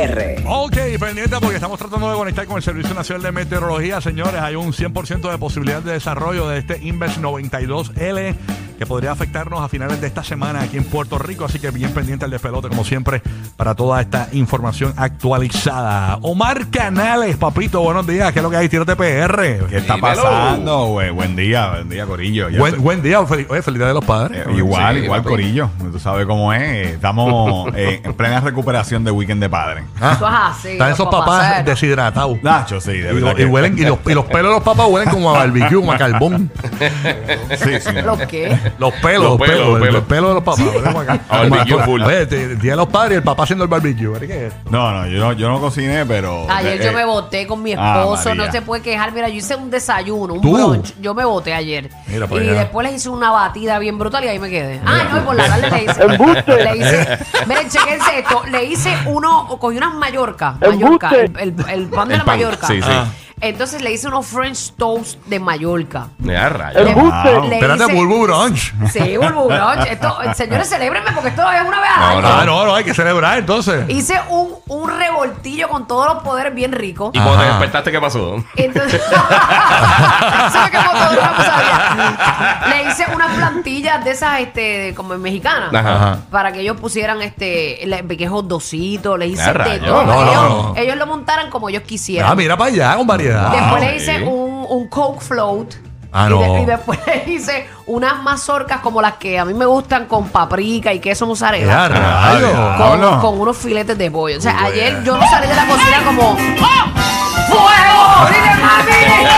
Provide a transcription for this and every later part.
PR. Ok, pendiente porque estamos tratando de conectar con el Servicio Nacional de Meteorología, señores. Hay un 100% de posibilidad de desarrollo de este Inverse 92L que podría afectarnos a finales de esta semana aquí en Puerto Rico. Así que bien pendiente al despelote, como siempre, para toda esta información actualizada. Omar Canales, papito, buenos días. ¿Qué es lo que hay? Tírate PR. ¿Qué está pasando, güey? Buen día, Corillo. Buen día. Feliz Día de los Padres. Igual, Corillo. Tú sabes cómo es. Estamos en plena recuperación de Weekend de Padre. Están esos papás deshidratados. Nacho, sí, de verdad. Y huelen, y los pelos de los papás huelen como a barbecue, como a carbón. Sí. ¿Los qué? Los pelos de los papás. Oye, Día de los Padres y el papá haciendo el barbecue. ¿Qué es? No, yo no cociné, pero... Ayer yo me boté con mi esposo, no se puede quejar. Mira, yo hice un desayuno, un brunch. Yo me boté ayer. Mira, y después les hice una batida bien brutal y ahí me quedé. No, y por la tarde le hice... Miren, chequense esto. Le hice cogí unas Mallorca, el pan de la Mallorca. Sí. Entonces le hice unos French toast de Mallorca. Ya, rayos. Espérate, Bulbu Brunch. Sí, Bulbu Brunch. Señores, celébrenme porque esto es una vez al año. No, hay que celebrar entonces. Hice un revoltillo con todos los poderes bien rico. ¿Y cuando te despertaste qué pasó? Entonces, se me quemó todo, no sabía. Le hice unas plantillas de esas como mexicanas. Ajá. Para que ellos pusieran pequeños hotdocitos. Le hice Ya, de rayos. todo. Ellos lo montaran como ellos quisieran. Mira para allá, con variedad. Después le hice un Coke Float. Y después le hice unas mazorcas como las que a mí me gustan con paprika y queso mozzarella. Con unos filetes de pollo. O sea, ayer yo no salí de la cocina como ¡fuego! ¡Dile, mami!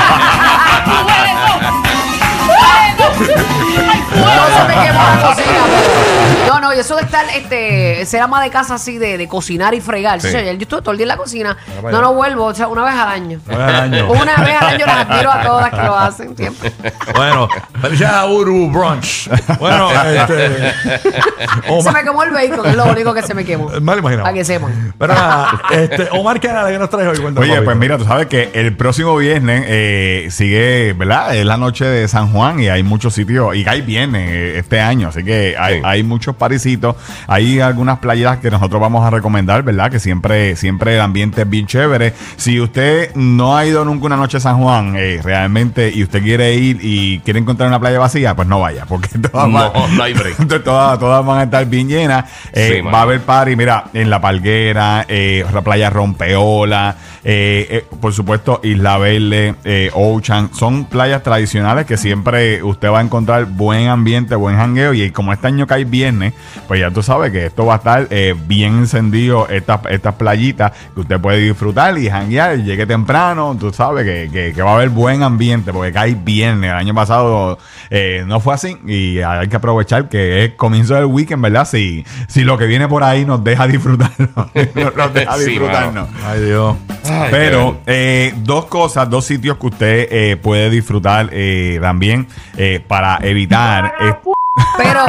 No se me quemó la cocina. No, y eso de estar, ser ama de casa así, de cocinar y fregar. Sí. O sea, yo estuve todo el día en la cocina. No vuelvo, o sea, una vez al año. Una vez al año las admiro a todas que lo hacen siempre. Bueno, felicidades a Bulbu Brunch. Bueno, se me quemó el bacon, es lo único que se me quemó. Mal imaginado. Para que sepan. Pero nada, Omar Canales, ¿qué nos traes hoy? Cuéntame, oye, pues mira, tú sabes que el próximo viernes sigue, ¿verdad? Es la noche de San Juan y hay muchos sitios, y hay viernes este año, así que hay muchos parisitos. Hay algunas playitas que nosotros vamos a recomendar, ¿verdad? Que siempre el ambiente es bien chévere. Si usted no ha ido nunca una noche de San Juan, realmente, y usted quiere ir y quiere encontrar una playa vacía, pues no vaya, porque no hay break. todas van a estar bien llenas. Va a haber party, mira, en La Palguera, la playa Rompeola, por supuesto Isla Verde, Ocean. Son playas tradicionales que siempre usted va a encontrar buen ambiente, buen jangueo, y como este año cae viernes, pues ya tú sabes que esto va a estar bien encendido, estas playitas que usted puede disfrutar y janguear, y llegue temprano, tú sabes que va a haber buen ambiente porque cae viernes. El año pasado no fue así y hay que aprovechar que es comienzo del weekend, ¿verdad? Si lo que viene por ahí nos deja disfrutarnos. Nos deja disfrutarnos. Ay, Dios. Pero dos sitios que usted puede disfrutar también para evitar... Pero...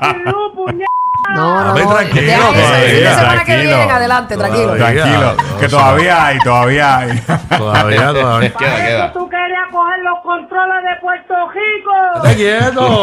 No. Tranquilo. La semana que viene, adelante, tranquilo. Tranquilo, que todavía hay. Todavía. Queda. Tú querías coger los controles de Puerto Rico. ¡Está quieto!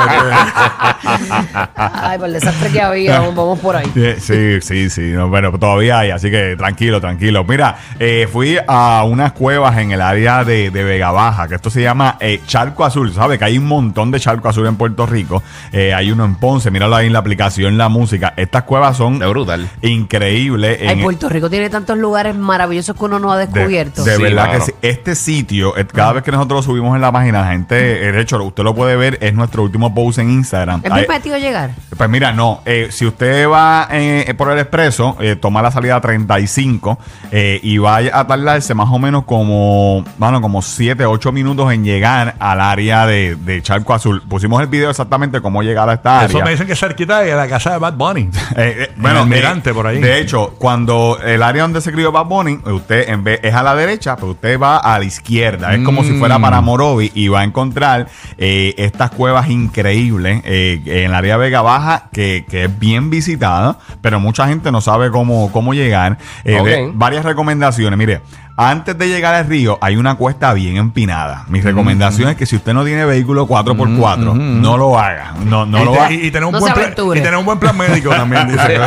Ay, por el desastre que había, vamos por ahí. Sí. No, bueno, todavía hay, así que tranquilo. Mira, fui a unas cuevas en el área de Vega Baja, que esto se llama Charco Azul. ¿Sabes? Que hay un montón de Charco Azul en Puerto Rico. Hay uno en Ponce, míralo ahí en la aplicación La Música. Estas cuevas son brutal, increíbles. Puerto Rico tiene tantos lugares maravillosos que uno no ha descubierto. De verdad que sí. Este sitio, cada vez que nosotros lo subimos en la página, la gente, de hecho, usted lo puede ver, es nuestro último post en Instagram. ¿Es permitido llegar? Pues mira, no. Si usted va por el expreso, toma la salida 35 y va a tardarse más o menos como 7-8 minutos en llegar al área de Charco Azul. Pusimos el video exactamente cómo llegar a esta área. Eso me dicen que es cerquita de la casa de Bad Bunny. Bueno, Almirante por ahí. De hecho, cuando el área donde se crió Bad Bunny, usted en vez es a la derecha, pero usted va a la izquierda. Es como si fuera para Morovi y va a encontrar estas cuevas increíbles en el área Vega Baja que es bien visitada, pero mucha gente no sabe cómo llegar. Varias recomendaciones. Mire, antes de llegar al río hay una cuesta bien empinada. Mi recomendación es que si usted no tiene vehículo 4x4, no lo haga. No lo haga. Y tener un buen plan médico también, dice.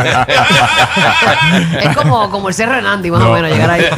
Es como el Cerro Nandi, más o menos, llegar ahí.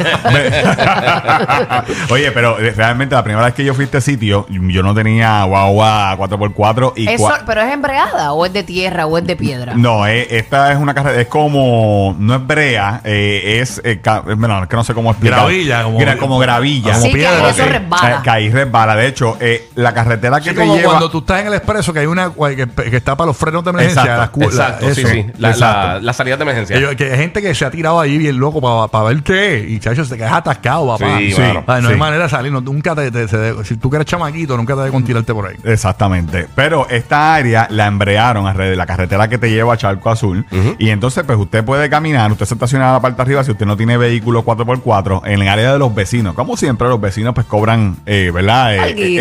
Oye, pero realmente la primera vez que yo fui a este sitio, yo no tenía guagua 4x4. ¿Pero es embreada o es de tierra o es de piedra? No, esta es una carretera, es como, no es brea, bueno, es que no sé cómo explicar. Como gravilla. Sí, que ahí eso resbala. Que ahí resbala. De hecho, la carretera que te como lleva... cuando tú estás en el expreso, que hay una que está para los frenos de emergencia. Exacto, sí. La salida de emergencia. Que hay gente que se ha tirado ahí bien loco para ver qué. Y chacho, se queda atascado, papá. Sí, no hay manera de salir. Nunca si tú que eres chamaquito, nunca te debes con tirarte por ahí. Exactamente. Pero esta área la embrearon alrededor de la carretera que te lleva a Charco Azul. Y entonces, pues usted puede caminar, usted se estaciona a la parte de arriba si usted no tiene vehículo 4x4 en el área de los vecinos. Como siempre, los vecinos pues cobran, ¿verdad?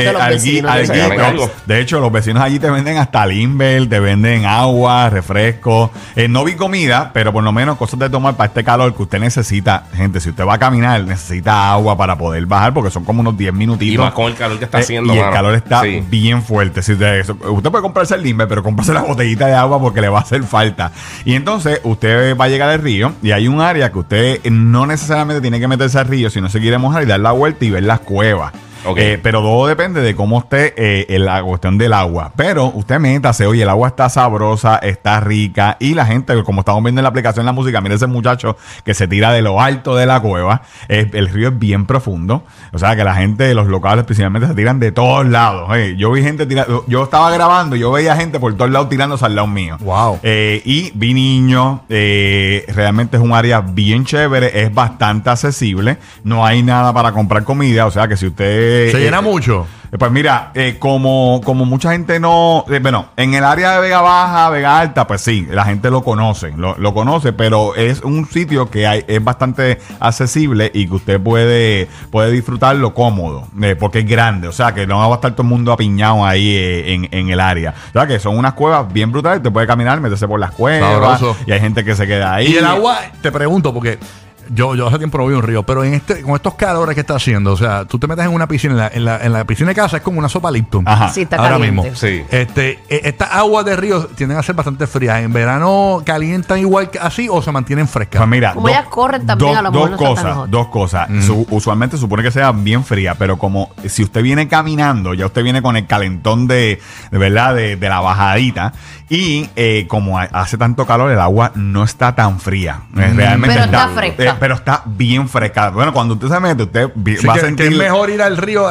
Alguito. De hecho, los vecinos allí te venden hasta limber, te venden agua, refresco. No vi comida, pero por lo menos cosas de tomar para este calor que usted necesita. Gente, si usted va a caminar, necesita agua para poder bajar porque son como unos 10 minutitos. Y más con el calor que está haciendo. Y el calor está bien fuerte. Si usted puede comprarse el limber, pero cómprase la botellita de agua porque le va a hacer falta. Y entonces usted va a llegar al río y hay un área que usted no necesariamente tiene que meterse al río si no se quiere mojar y dar la vuelta y ver las cuevas. Pero todo depende de cómo esté la cuestión del agua. Pero usted métase, oye, el agua está sabrosa, está rica. Y la gente, como estamos viendo en la aplicación la música, mire ese muchacho que se tira de lo alto de la cueva. El río es bien profundo. O sea que la gente, los locales principalmente, se tiran de todos lados. Yo vi gente tirando, yo estaba grabando, yo veía gente por todos lados tirándose al lado mío. Wow. Y vi niños. Realmente es un área bien chévere, es bastante accesible. No hay nada para comprar comida. O sea que si usted ¿se llena mucho? Pues mira, como mucha gente no... bueno, en el área de Vega Baja, Vega Alta, pues sí, la gente lo conoce, pero es un sitio que es bastante accesible y que usted puede disfrutarlo cómodo, porque es grande, o sea que no va a estar todo el mundo apiñado ahí en el área. O sea que son unas cuevas bien brutales, usted puede caminar, meterse por las cuevas, y hay gente que se queda ahí. Y el agua, te pregunto, porque... Yo hace tiempo no vi un río, pero con estos calores que está haciendo, o sea, tú te metes en una piscina, en la piscina de casa es como una sopa Lipton. Ajá. Sí, está ahora caliente. mismo. Sí. Estas aguas de río tienden a ser bastante frías. ¿En verano calientan igual que así o se mantienen frescas? Pues mira, como ellas corren también, a lo mejor dos cosas. Usualmente supone que sea bien fría, pero como si usted viene caminando, ya usted viene con el calentón de verdad, de la bajadita. Y como hace tanto calor, el agua no está tan fría. Realmente pero está fresca. Pero está bien fresca. Bueno, cuando usted se mete, usted va a sentir... que es mejor ir al río.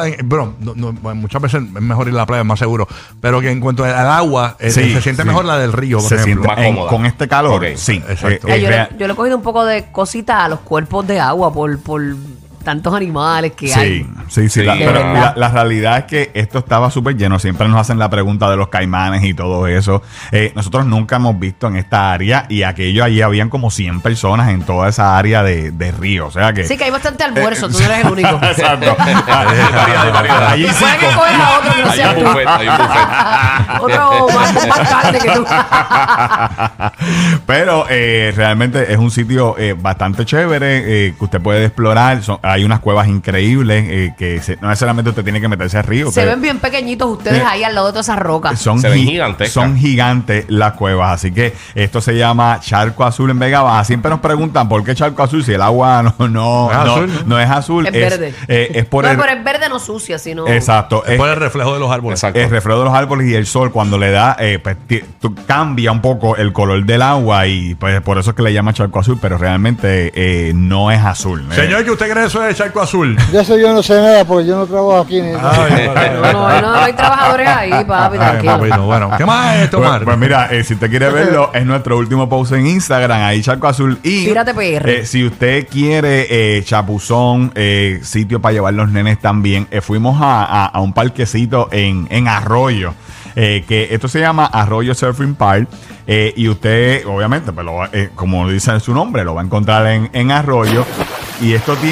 Muchas veces es mejor ir a la playa, más seguro. Pero que en cuanto al agua, se siente mejor la del río, por ejemplo. Más cómoda. Con este calor, sí. Exacto. Yo le he cogido un poco de cositas a los cuerpos de agua por tantos animales que hay. Sí. Pero la realidad es que esto estaba súper lleno. Siempre nos hacen la pregunta de los caimanes y todo eso. Nosotros nunca hemos visto en esta área, y aquello allí habían como 100 personas en toda esa área de río. O sea que... Sí, que hay bastante almuerzo. Tú no eres el único. Exacto. Allí sí. Puede que coger a otro que no sea tú. Hay un buffet. Otro más tarde que tú. Pero realmente es un sitio bastante chévere que usted puede explorar. Hay unas cuevas increíbles que no necesariamente usted tiene que meterse al río. Se ven bien pequeñitos ustedes ahí al lado de todas esas rocas. Se ven gigantes. Son gigantes las cuevas. Así que esto se llama Charco Azul en Vega Baja. Siempre nos preguntan por qué Charco Azul si el agua no es azul. Es verde. Es por pero es verde, no sucia, sino... Exacto. Es por el reflejo de los árboles. Exacto. El reflejo de los árboles y el sol cuando le da, pues cambia un poco el color del agua, y pues por eso es que le llama Charco Azul, pero realmente no es azul. Señor, ¿qué usted cree eso de Charco Azul? De eso yo no sé nada porque yo no trabajo aquí. No hay trabajadores ahí, papi, tranquilo. Bueno, ¿qué más es esto, Omar? Pues mira, si usted quiere verlo, es nuestro último post en Instagram, ahí Charco Azul. Y Tírate PR. Si usted quiere chapuzón, sitio para llevar los nenes también, fuimos a un parquecito en Arroyo. Que esto se llama Arroyo Surfing Park, y usted obviamente pues como dice su nombre, lo va a encontrar en Arroyo, y esto tiene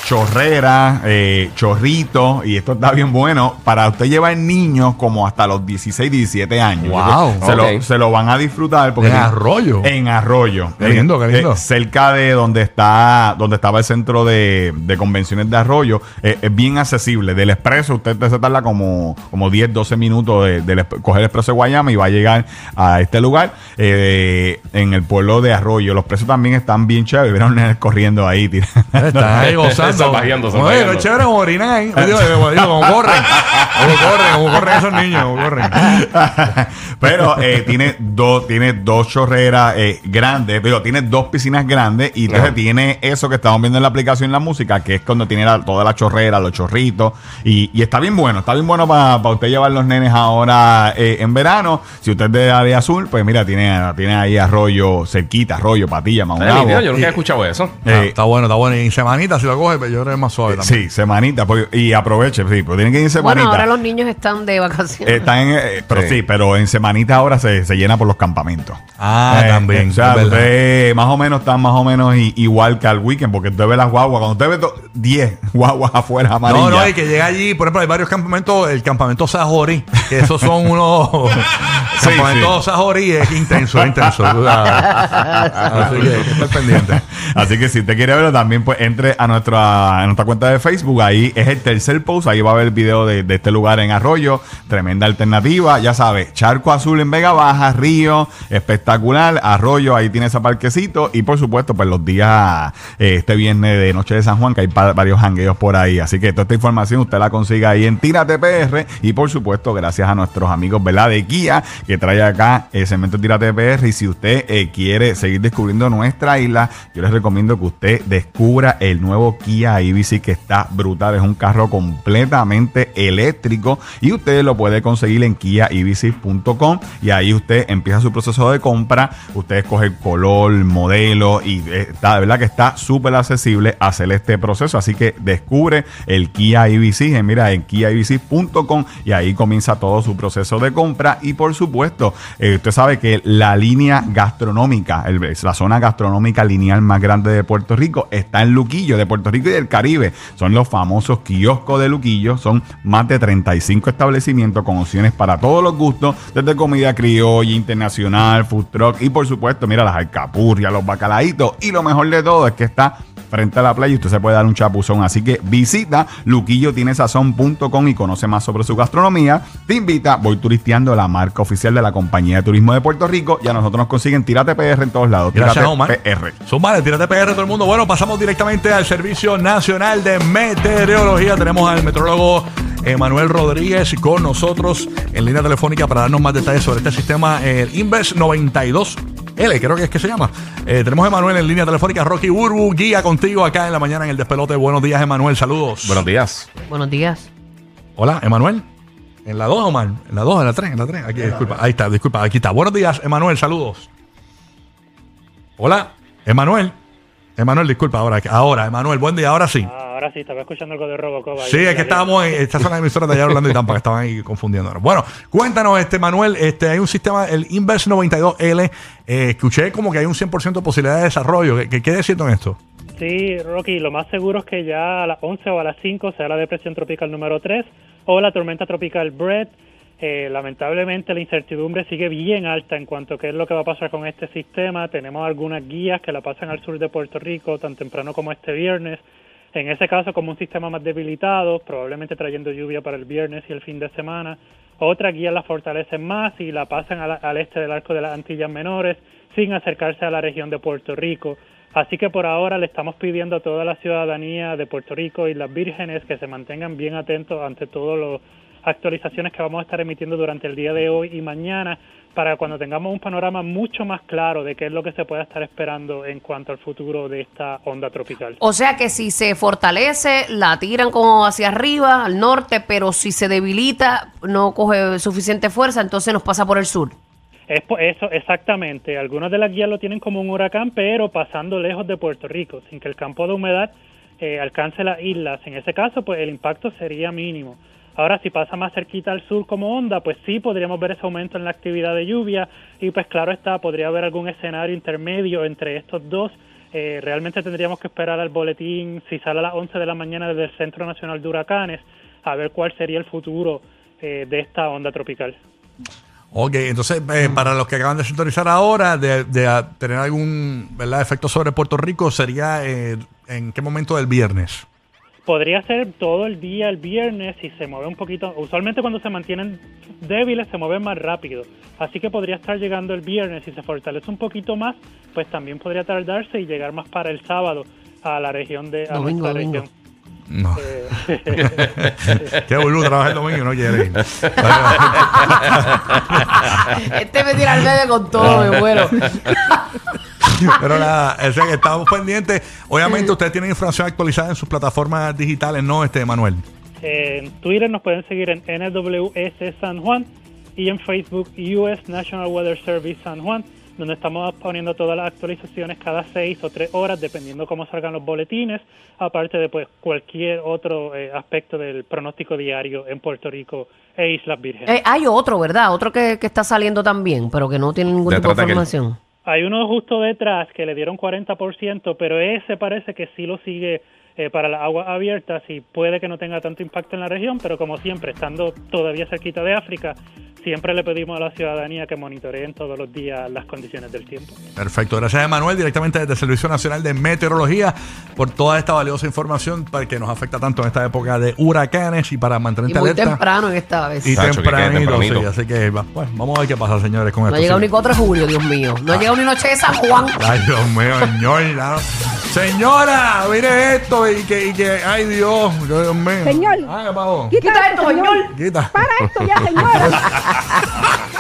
chorrera, chorrito, y esto está bien bueno para usted llevar niños como hasta los 16, 17 años. Wow. Se lo van a disfrutar porque en Arroyo. En Arroyo. Qué lindo, qué lindo. Cerca de donde estaba el centro de convenciones de Arroyo. Es bien accesible. Del expreso usted se tarda como 10, 12 minutos de coger el expreso de Guayama y va a llegar a este lugar en el pueblo de Arroyo. Los precios también están bien chéveres. Vieron nenes corriendo ahí. Están ahí gozando. Oye, lo chévere como orinan ahí. Como corren. Como corren esos niños. Como corren. Pero tiene dos chorreras grandes. Pero tiene dos piscinas grandes. Y entonces tiene eso que estamos viendo en la aplicación La Música, que es cuando tiene toda la chorrera, los chorritos. Y está bien bueno. Está bien bueno para usted llevar los nenes ahora en verano. Si usted es de área azul, pues mira, tiene ahí Arroyo cerquita, Arroyo, Patilla, Maunabo. Yo nunca he escuchado eso. Está bueno. Y semanita, si lo coge, pues yo creo que es más suave también. Sí, semanita. Y aproveche, sí, pero tienen que ir en semanita. Bueno, ahora los niños están de vacaciones. Pero en semanita ahora se llena por los campamentos. También. O sea, usted más o menos está más o menos igual que al weekend, porque usted ve las guaguas. Cuando usted ve 10 guaguas afuera amarillas. No, y que llega allí, por ejemplo, hay varios campamentos. El campamento Sajori, que esos son unos campamentos Sajori, es intenso. Así que estar pendiente. Así que si usted quiere verlo, también pues entre a nuestra cuenta de Facebook. Ahí es el tercer post. Ahí va a ver el video de este lugar en Arroyo. Tremenda alternativa. Ya sabe, Charco Azul en Vega Baja, Río, espectacular. Arroyo, ahí tiene ese parquecito. Y por supuesto, pues los días este viernes de Noche de San Juan, que hay varios jangueos por ahí. Así que toda esta información usted la consigue ahí en Tírate PR. Y por supuesto, gracias a nuestros amigos, ¿verdad?, de Kia, que trae acá el segmento Tírate PR. Y si usted quiere seguir descubriendo nuestra isla, yo les recomiendo que usted descubra el nuevo Kia EV6, que está brutal. Es un carro completamente eléctrico y usted lo puede conseguir en KiaEV6.com, y ahí usted empieza su proceso de compra. Usted escoge el color, modelo, y de verdad que está súper accesible hacer este proceso. Así que descubre el Kia EV6 en KiaEV6.com, y ahí comienza todo su proceso de compra. Y por supuesto, usted sabe que la línea gastronómica, la zona gastronómica lineal más grande de Puerto Rico, está en Luquillo, de Puerto Rico y del Caribe. Son los famosos kioscos de Luquillo. Son más de 35 establecimientos con opciones para todos los gustos, desde comida criolla, internacional, food truck, y por supuesto, mira, las alcapurrias, los bacalaitos. Y lo mejor de todo es que está frente a la playa y usted se puede dar un chapuzón. Así que visita luquillotinesazón.com y conoce más sobre su gastronomía. Te invita Voy Turisteando, la marca oficial de la Compañía de Turismo de Puerto Rico. Ya nosotros nos consiguen Tírate PR en todos lados. Gracias, Omar. Tírate PR todo el mundo. Bueno, pasamos directamente al Servicio Nacional de Meteorología. Tenemos al meteorólogo Emanuel Rodríguez con nosotros en línea telefónica para darnos más detalles sobre este sistema, el Inverse 92L, creo que es que se llama. Tenemos a Emanuel en línea telefónica. Rocky Burbu, guía contigo acá en la mañana en el despelote. Buenos días, Emanuel, saludos. Buenos días. Buenos días. Hola, Emanuel. ¿En la 2, Omar? ¿En la 2, en la 3? En la 3. Aquí, disculpa. Ahí está, disculpa. Aquí está. Buenos días, Emanuel, saludos. Hola, Emanuel. Emanuel, disculpa, ahora, Emanuel, buen día, ahora sí. Ahora sí, estaba escuchando algo de Robocop. Sí, es que estábamos en esta zona de emisoras de allá Orlando y Tampa, que estaban ahí confundiéndonos. Bueno, cuéntanos, Manuel, hay un sistema, el Inverse 92L, escuché como que hay un 100% de posibilidad de desarrollo. ¿Qué es cierto en esto? Sí, Rocky, lo más seguro es que ya a las 11 o a las 5 sea la depresión tropical número 3 o la tormenta tropical Brett. Lamentablemente la incertidumbre sigue bien alta en cuanto a qué es lo que va a pasar con este sistema. Tenemos algunas guías que la pasan al sur de Puerto Rico tan temprano como este viernes. En ese caso, como un sistema más debilitado, probablemente trayendo lluvia para el viernes y el fin de semana. Otras guías la fortalecen más y la pasan al este del arco de las Antillas Menores sin acercarse a la región de Puerto Rico. Así que por ahora le estamos pidiendo a toda la ciudadanía de Puerto Rico y las Vírgenes que se mantengan bien atentos ante todas las actualizaciones que vamos a estar emitiendo durante el día de hoy y mañana, para cuando tengamos un panorama mucho más claro de qué es lo que se puede estar esperando en cuanto al futuro de esta onda tropical. O sea que si se fortalece, la tiran como hacia arriba, al norte, pero si se debilita, no coge suficiente fuerza, entonces nos pasa por el sur. Eso, exactamente. Algunas de las guías lo tienen como un huracán, pero pasando lejos de Puerto Rico, sin que el campo de humedad alcance las islas. En ese caso, pues el impacto sería mínimo. Ahora, si pasa más cerquita al sur como onda, pues sí podríamos ver ese aumento en la actividad de lluvia y pues claro está, podría haber algún escenario intermedio entre estos dos Realmente tendríamos que esperar al boletín, si sale a las 11 de la mañana desde el Centro Nacional de Huracanes, a ver cuál sería el futuro de esta onda tropical. Ok, entonces, para los que acaban de sintonizar ahora, de tener algún, ¿verdad?, efecto sobre Puerto Rico, sería ¿en qué momento del viernes? Podría ser todo el día el viernes y se mueve un poquito. Usualmente cuando se mantienen débiles se mueven más rápido. Así que podría estar llegando el viernes. Si se fortalece un poquito más, pues también podría tardarse y llegar más para el sábado a la región de... Domingo. Región. No. Qué boludo, trabaja el domingo y no quiere ir. Me tira al medio con todo, me muero. Pero nada, estamos pendientes. Obviamente ustedes tienen información actualizada en sus plataformas digitales, ¿no, Manuel? En Twitter nos pueden seguir en NWS San Juan y en Facebook US National Weather Service San Juan, donde estamos poniendo todas las actualizaciones cada 6 o 3 horas, dependiendo cómo salgan los boletines, aparte de pues cualquier otro aspecto del pronóstico diario en Puerto Rico e Islas Vírgenes. Hay otro, ¿verdad? Otro que está saliendo también, pero que no tiene ningún tipo de información. Hay uno justo detrás que le dieron 40%, pero ese parece que sí lo sigue para las aguas abiertas y puede que no tenga tanto impacto en la región, pero como siempre, estando todavía cerquita de África, siempre le pedimos a la ciudadanía que monitoreen todos los días las condiciones del tiempo. Perfecto. Gracias, Emanuel, directamente desde el Servicio Nacional de Meteorología, por toda esta valiosa información para que nos afecta tanto en esta época de huracanes y para mantenerte alerta. Y muy temprano en esta vez. Y tempranito, sí. Así que, bueno, vamos a ver qué pasa, señores, con esto. No ha llegado ni 4 de julio, Dios mío. No ha llegado ni noche de San Juan. Ay, Dios mío, señor. Señora, mire esto y que ay, Dios mío. Señor. Ay, ¿qué pasó? Quita esto, señor. Quita. Para esto ya, señora.